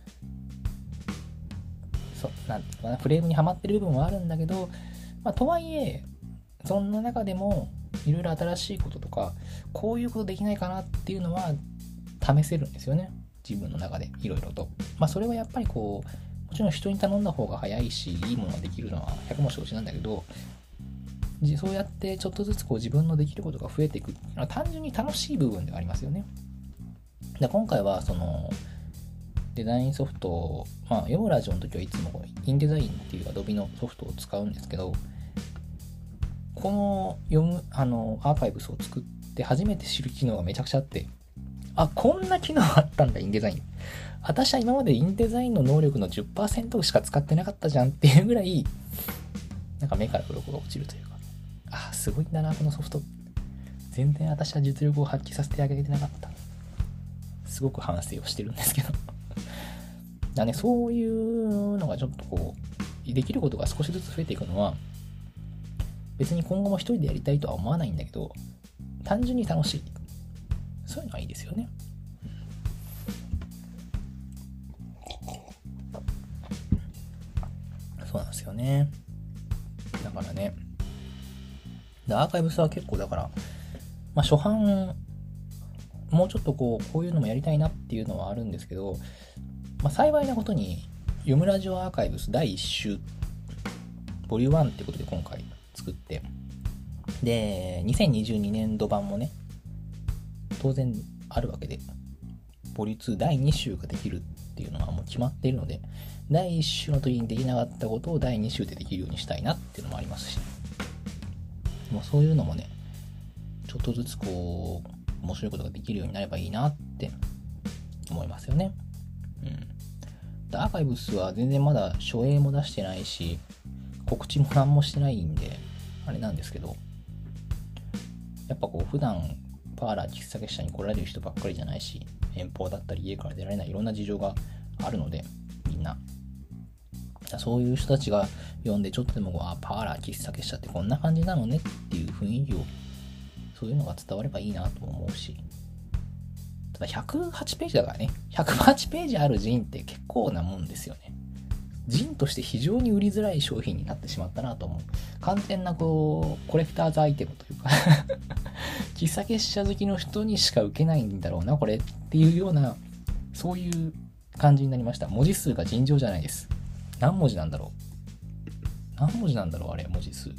そうなんていうかな、フレームにはまってる部分はあるんだけど、まあとはいえそんな中でもいろいろ新しいこととかこういうことできないかなっていうのは試せるんですよね自分の中でいろいろと。まあそれはやっぱりこうもちろん人に頼んだ方が早いしいいものができるのはひゃくも承知なんだけど、そうやってちょっとずつこう自分のできることが増えていくっていうのは単純に楽しい部分ではありますよね。で今回はそのデザインソフトを、まあ、読むラジオの時はいつもインデザインっていう Adobe のソフトを使うんですけど、この読むあのアーカイブスを作って初めて知る機能がめちゃくちゃあって、あこんな機能あったんだインデザイン、私は今までインデザインの能力の じゅっパーセント しか使ってなかったじゃんっていうぐらいなんか目から鱗が落ちるというか、あすごいんだなこのソフト、全然私は実力を発揮させてあげてなかった、すごく反省をしてるんですけどだね、そういうのがちょっとこうできることが少しずつ増えていくのは別に今後も一人でやりたいとは思わないんだけど、単純に楽しい、そういうのはいいですよね。そうなんですよね。だからね、でアーカイブスは結構だから、まあ、初版もうちょっとこうこういうのもやりたいなっていうのはあるんですけど、まあ、幸いなことに読むラジオアーカイブスだいいっ週ボリュームワンってことで今回作って、でにせんにじゅうにねん度版もね当然あるわけで、ボリュームツーだいに週ができるっていうのはもう決まっているので、だいいっ週の時にできなかったことをだいに週でできるようにしたいなっていうのもありますし、もうそういうのもねちょっとずつこう面白いことができるようになればいいなって思いますよね。うん。アーカイブスは全然まだ初映も出してないし告知も何もしてないんであれなんですけど、やっぱこう普段パーラー喫茶結社に来られる人ばっかりじゃないし、遠方だったり家から出られないいろんな事情があるので、みんなそういう人たちが読んでちょっとでもあパーラー喫茶結社ってこんな感じなのねっていう雰囲気を、そういうのが伝わればいいなと思うし、ただひゃくはちページだからね、ひゃくはちページあるジンって結構なもんですよね。 ジンとして非常に売りづらい商品になってしまったなと思う。完全なこうコレクターズアイテムというか喫茶結社好きの人にしか受けないんだろうなこれっていうような、そういう感じになりました。文字数が尋常じゃないです。何文字なんだろう何文字なんだろうあれ、文字数。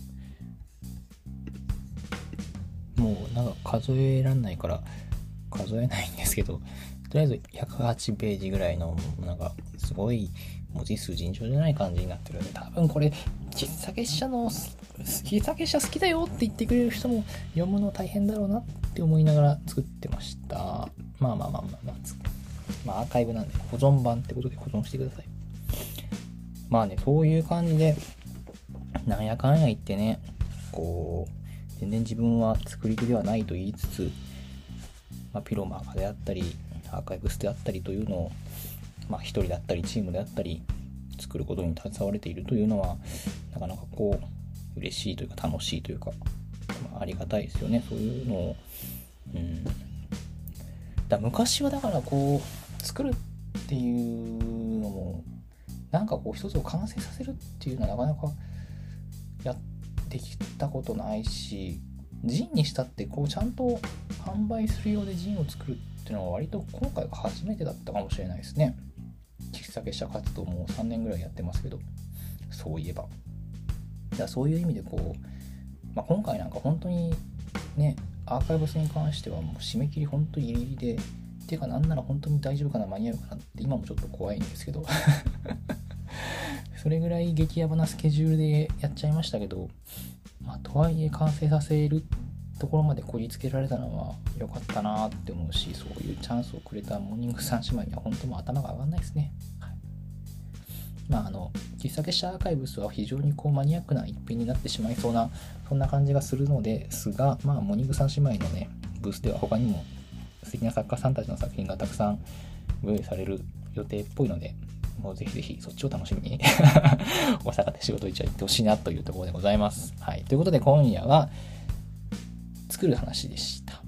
もうなんか数えらんないから数えないんですけど、とりあえずひゃくはちページぐらいのなんかすごい文字数尋常じゃない感じになってるんで、多分これ喫茶結社の喫茶結社好きだよって言ってくれる人も読むの大変だろうなって思いながら作ってました。まあまあまあまあまあ、まあ、アーカイブなんで保存版ってことで保存してください。まあね、そういう感じでなんやかんや言ってね、こう全然自分は作り手ではないと言いつつ、まあ、ピロマガであったりアーカイブスであったりというのを、まあ、一人だったりチームであったり作ることに携われているというのはなかなかこう嬉しいというか楽しいというか、まあ、ありがたいですよね。そういうのを、うん、だ昔はだからこう作るっていうのもなんかこう一つを完成させるっていうのはなかなかやってきたことないし、ジンにしたってこうちゃんと販売するようでジンを作るっていうのは割と今回が初めてだったかもしれないですね。喫茶結社活動もさんねんぐらいやってますけど、そういえばだからそういう意味でこう、まあ、今回なんか本当にねアーカイブスに関してはもう締め切り本当にギリギリで、っていうかなんなら本当に大丈夫かな間に合うかなって今もちょっと怖いんですけどそれぐらい激ヤバなスケジュールでやっちゃいましたけど、まあとはいえ完成させるところまでこぎつけられたのは良かったなって思うし、そういうチャンスをくれたモーニングさん姉妹には本当もう頭が上がんないですね。はい、まああの喫茶結社アーカイブスは非常にこうマニアックな一品になってしまいそうなそんな感じがするのですが、まあモーニングさん姉妹のねブースでは他にも素敵な作家さんたちの作品がたくさんご用意される予定っぽいので、もうぜひぜひそっちを楽しみに大阪で仕事行っちゃってほしいなというところでございます。はい、ということで今夜は作る話でした。はい、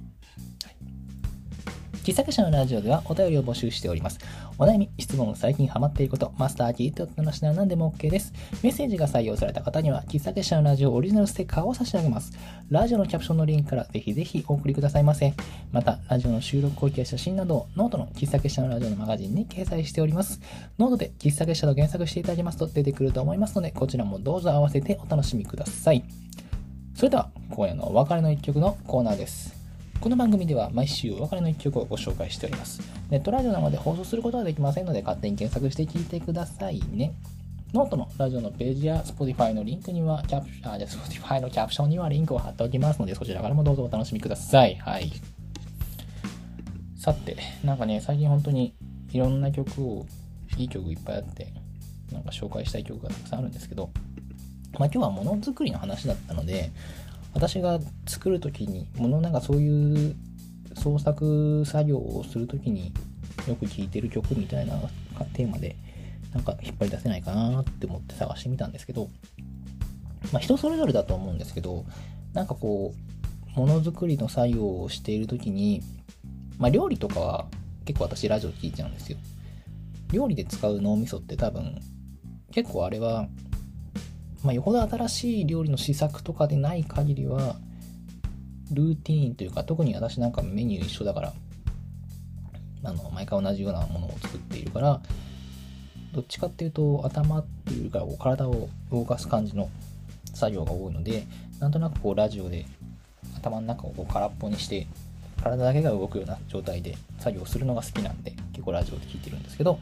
喫茶結社のラジオではお便りを募集しております。お悩み、質問、最近ハマっていること、マスター聞いてお話なら何でも OK です。メッセージが採用された方には喫茶結社のラジオオリジナルステッカーを差し上げます。ラジオのキャプションのリンクからぜひぜひお送りくださいませ。またラジオの収録後期や写真などをノートの喫茶結社のラジオのマガジンに掲載しております。ノートで喫茶結社と検索していただきますと出てくると思いますので、こちらもどうぞ合わせてお楽しみください。それでは今夜のお別れの一曲のコーナーです。この番組では毎週お別れの一曲をご紹介しております。ネットラジオなので放送することはできませんので勝手に検索して聞いてくださいね。ノートのラジオのページや Spotify のリンクにはキャプあじゃ Spotify のキャプションにはリンクを貼っておきますので、そちらからもどうぞお楽しみください。はい。さて、なんかね最近本当にいろんな曲をいい曲いっぱいあってなんか紹介したい曲がたくさんあるんですけど、まあ、今日はものづくりの話だったので、私が作るときにものなんかそういう創作作業をするときによく聴いてる曲みたいなテーマでなんか引っ張り出せないかなって思って探してみたんですけど、まあ、人それぞれだと思うんですけど、なんかこうものづくりの作業をしているときに、まあ、料理とかは結構私ラジオ聴いちゃうんですよ。料理で使う脳みそって多分結構あれはまあ、よほど新しい料理の試作とかでない限りはルーティーンというか、特に私なんかメニュー一緒だからあの毎回同じようなものを作っているから、どっちかっていうと頭っていうか体を動かす感じの作業が多いので、なんとなくこうラジオで頭の中をこう空っぽにして体だけが動くような状態で作業するのが好きなんで結構ラジオで聞いてるんですけど、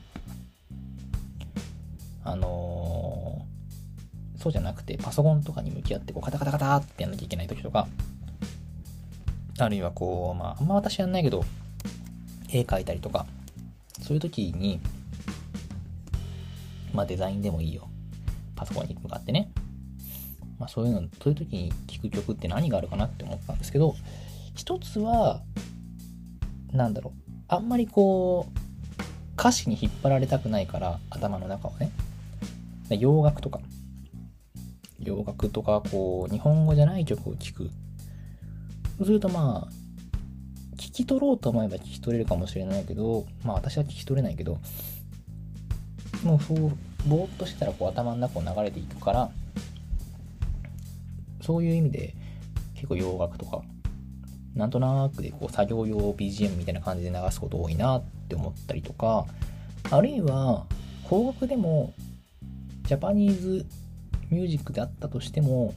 あのーそうじゃなくてパソコンとかに向き合ってこうカタカタカタってやんなきゃいけない時とか、あるいはこうまああんま私やんないけど絵描いたりとか、そういう時にまあデザインでもいいよ、パソコンに向かってね、まあそういうのそういう時に聴く曲って何があるかなって思ったんですけど、一つはなんだろう、あんまりこう歌詞に引っ張られたくないから頭の中をね、洋楽とか洋楽とかこう日本語じゃない曲を聴く。そうするとまあ聞き取ろうと思えば聞き取れるかもしれないけど、まあ私は聞き取れないけど、もうそうぼーっとしてたらこう頭の中を流れていくから、そういう意味で結構洋楽とかなんとなくでこう作業用 ビージーエム みたいな感じで流すこと多いなって思ったりとか、あるいは邦楽でもジャパニーズミュージックであったとしても、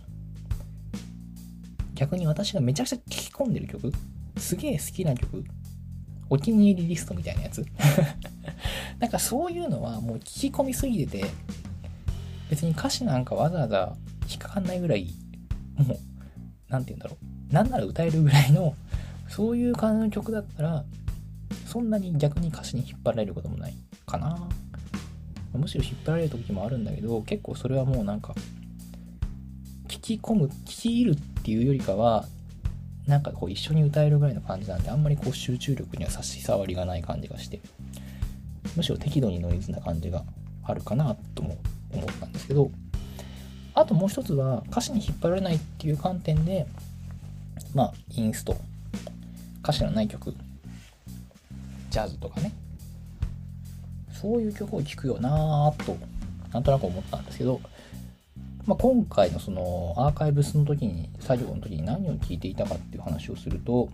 逆に私がめちゃくちゃ聴き込んでる曲、すげえ好きな曲、お気に入りリストみたいなやつなんかそういうのはもう聞き込みすぎてて、別に歌詞なんかわざわざ引っかかんないぐらい、もうなんて言うんだろう、なんなら歌えるぐらいのそういう感じの曲だったら、そんなに逆に歌詞に引っ張られることもないかな。むしろ引っ張られる時もあるんだけど、結構それはもうなんか聞き込む、聞き入るっていうよりかは、なんかこう一緒に歌えるぐらいの感じなんで、あんまりこう集中力には差し障りがない感じがして、むしろ適度にノイズな感じがあるかなとも思ったんですけど、あともう一つは歌詞に引っ張られないっていう観点で、まあインスト、歌詞のない曲、ジャズとかね、そういう曲を聴くよなぁとなんとなく思ったんですけど、まあ、今回のそのアーカイブスの時に、作業の時に何を聴いていたかっていう話をすると、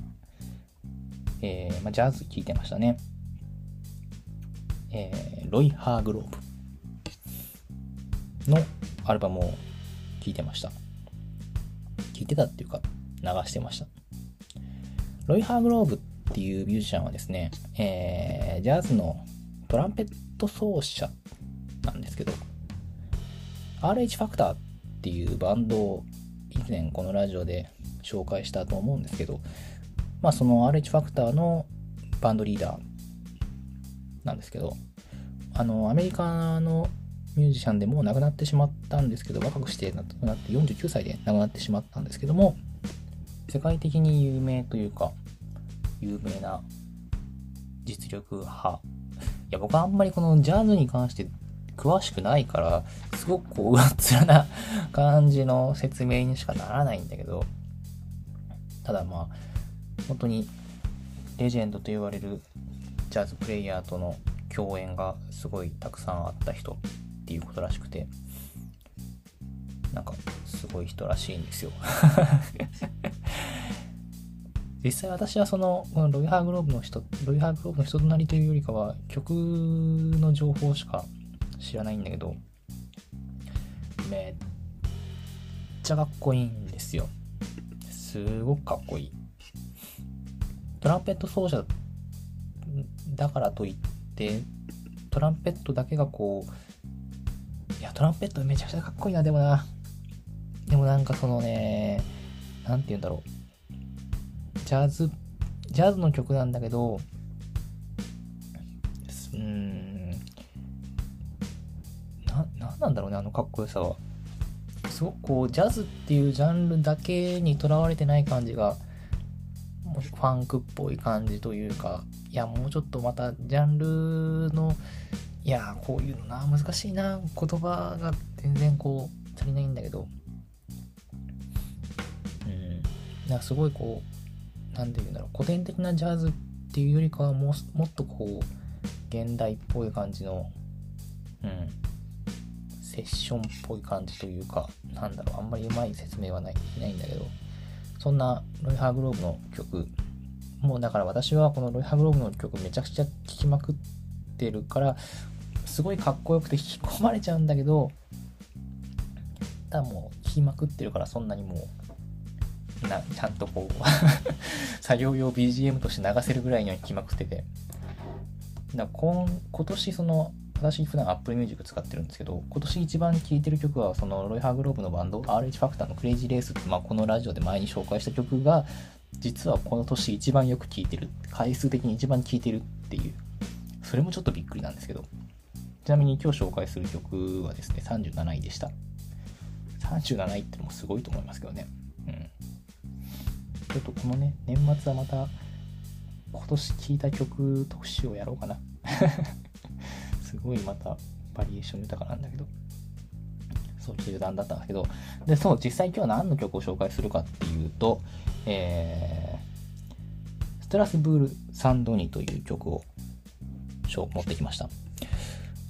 えーまあ、ジャズ聴いてましたね。えー、ロイ・ハーグローブのアルバムを聴いてました。聴いてたっていうか流してました。ロイ・ハーグローブっていうミュージシャンはですね、えー、ジャズのトランペット奏者なんですけど、アールエイチ ファクターっていうバンドを以前このラジオで紹介したと思うんですけど、まあその アールエイチ ファクターのバンドリーダーなんですけど、あのアメリカのミュージシャンでもう亡くなってしまったんですけど、若くして亡くなってよんじゅうきゅうさいで亡くなってしまったんですけども、世界的に有名というか有名な実力派。いや僕はあんまりこのジャズに関して詳しくないから、すごくこう上っ面な感じの説明にしかならないんだけど、ただまあ本当にレジェンドと言われるジャズプレイヤーとの共演がすごいたくさんあった人っていうことらしくて、なんかすごい人らしいんですよ実際私はそのこのロイハーグローブの人ロイハーグローブの人となりというよりかは曲の情報しか知らないんだけど、めっちゃかっこいいんですよ。すごくかっこいい。トランペット奏者だからといってトランペットだけがこう、いやトランペットめちゃくちゃかっこいいな。でもなでもなんかそのね、なんて言うんだろう、ジャズジャズの曲なんだけど、うーんな、なんなんだろうね、あのかっこよさは。すごくこうジャズっていうジャンルだけにとらわれてない感じが、ファンクっぽい感じというか、いやもうちょっとまたジャンルの、いやこういうのな難しいな、言葉が全然こう足りないんだけど、うんなんかすごいこうなんていうんだろう、古典的なジャズっていうよりかはもうもっとこう現代っぽい感じの、うんセッションっぽい感じというか、なんだろう、あんまりうまい説明はないないんだけど、そんなロイ・ハーグローブの曲、もうだから私はこのロイ・ハーグローブの曲めちゃくちゃ聴きまくってるから、すごいかっこよくて引き込まれちゃうんだけど、ただもう聴きまくってるからそんなにもうなちゃんとこう作業用 ビージーエム として流せるぐらいには聴きまくってて、だから今今年その私普段 Apple Music 使ってるんですけど、今年一番聴いてる曲はそのロイ・ハーグローブのバンド アールエイチ ファクターのクレイジーレースって、まあ、このラジオで前に紹介した曲が実はこの年一番よく聴いてる、回数的に一番聴いてるっていう、それもちょっとびっくりなんですけど、ちなみに今日紹介する曲はですねさんじゅうなないでした。さんじゅうなないってもすごいと思いますけどね。うんちょっとこのね年末はまた今年聴いた曲特集をやろうかなすごいまたバリエーション豊かなんだけど、そうちょっと余談だったんだけど、でそう実際今日は何の曲を紹介するかっていうと、えー、ストラスブール・サンドニという曲を持ってきました。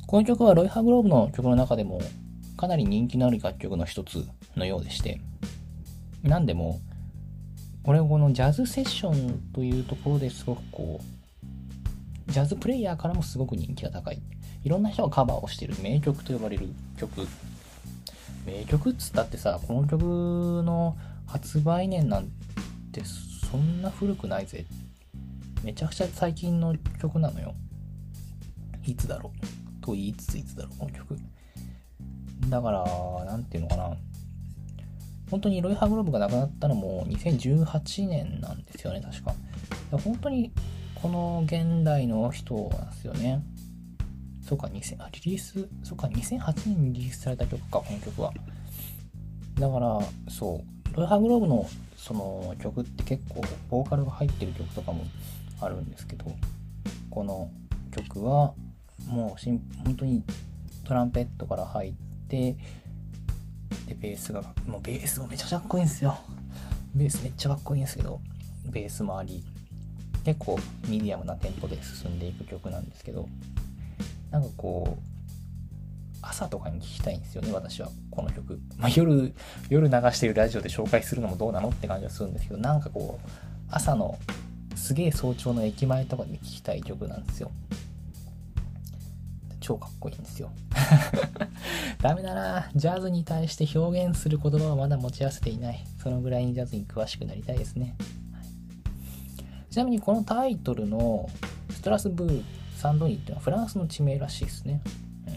この曲はロイ・ハーグローブの曲の中でもかなり人気のある楽曲の一つのようでして、なんでもこれをこのジャズセッションというところですごくこうジャズプレイヤーからもすごく人気が高い、いろんな人がカバーをしている名曲と呼ばれる曲。名曲っつったってさ、この曲の発売年なんてそんな古くないぜ。めちゃくちゃ最近の曲なのよ。いつだろうと言いつついつだろうこの曲。だからなんていうのかな、本当にロイ・ハーグローブが亡くなったのもにせんじゅうはちねんなんですよね、確か。本当にこの現代の人なんですよね。そうか、にせんあリリース、そうか、にせんはちねんにリリースされた曲か、この曲は。だから、そう、ロイ・ハーグローブのその曲って結構、ボーカルが入ってる曲とかもあるんですけど、この曲は、もうしん、本当にトランペットから入って、で、ベースが、もうベースもめちゃくちゃかっこいいんですよ。ベースめっちゃかっこいいんですけど、ベースもあり、結構ミディアムなテンポで進んでいく曲なんですけど、なんかこう朝とかに聴きたいんですよね、私はこの曲。まあ、夜夜流しているラジオで紹介するのもどうなのって感じはするんですけど、なんかこう朝のすげえ早朝の駅前とかで聴きたい曲なんですよ。超かっこいいんですよ。ダメだな、ジャズに対して表現する言葉はまだ持ち合わせていない。そのぐらいにジャズに詳しくなりたいですね。はい、ちなみにこのタイトルのストラスブール・サンドニーっていうのはフランスの地名らしいですね。うん、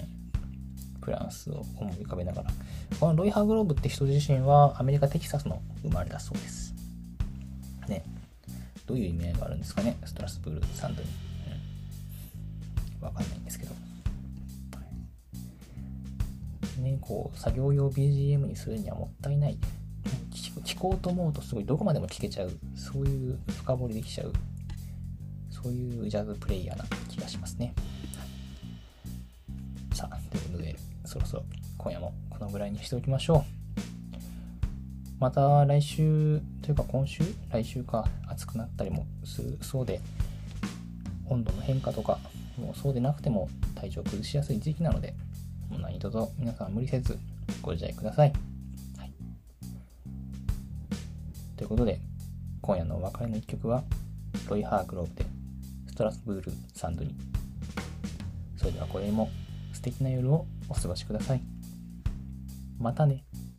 フランスを思い浮かべながら。このロイ・ハーグローブって人自身はアメリカ・テキサスの生まれだそうです。ね。どういう意味合いがあるんですかね、ストラスブール・サンドニー。わ、うん、かんないんですけど。ね、こう作業用 ビージーエム にするにはもったいない。聴こうと思うとすごいどこまでも聴けちゃう、そういう深掘りできちゃう、そういうジャズプレイヤーな気がしますね。さあ、ということでそろそろ今夜もこのぐらいにしておきましょう。また来週というか今週来週か暑くなったりもするそうで、温度の変化とかもうそうでなくても体調崩しやすい時期なので、もう何卒皆さん無理せずご自愛ください。はい、ということで今夜のお別れの一曲はロイ・ハーグローブでストラスブール・サンドニー。それではこれも素敵な夜をお過ごしください。またね。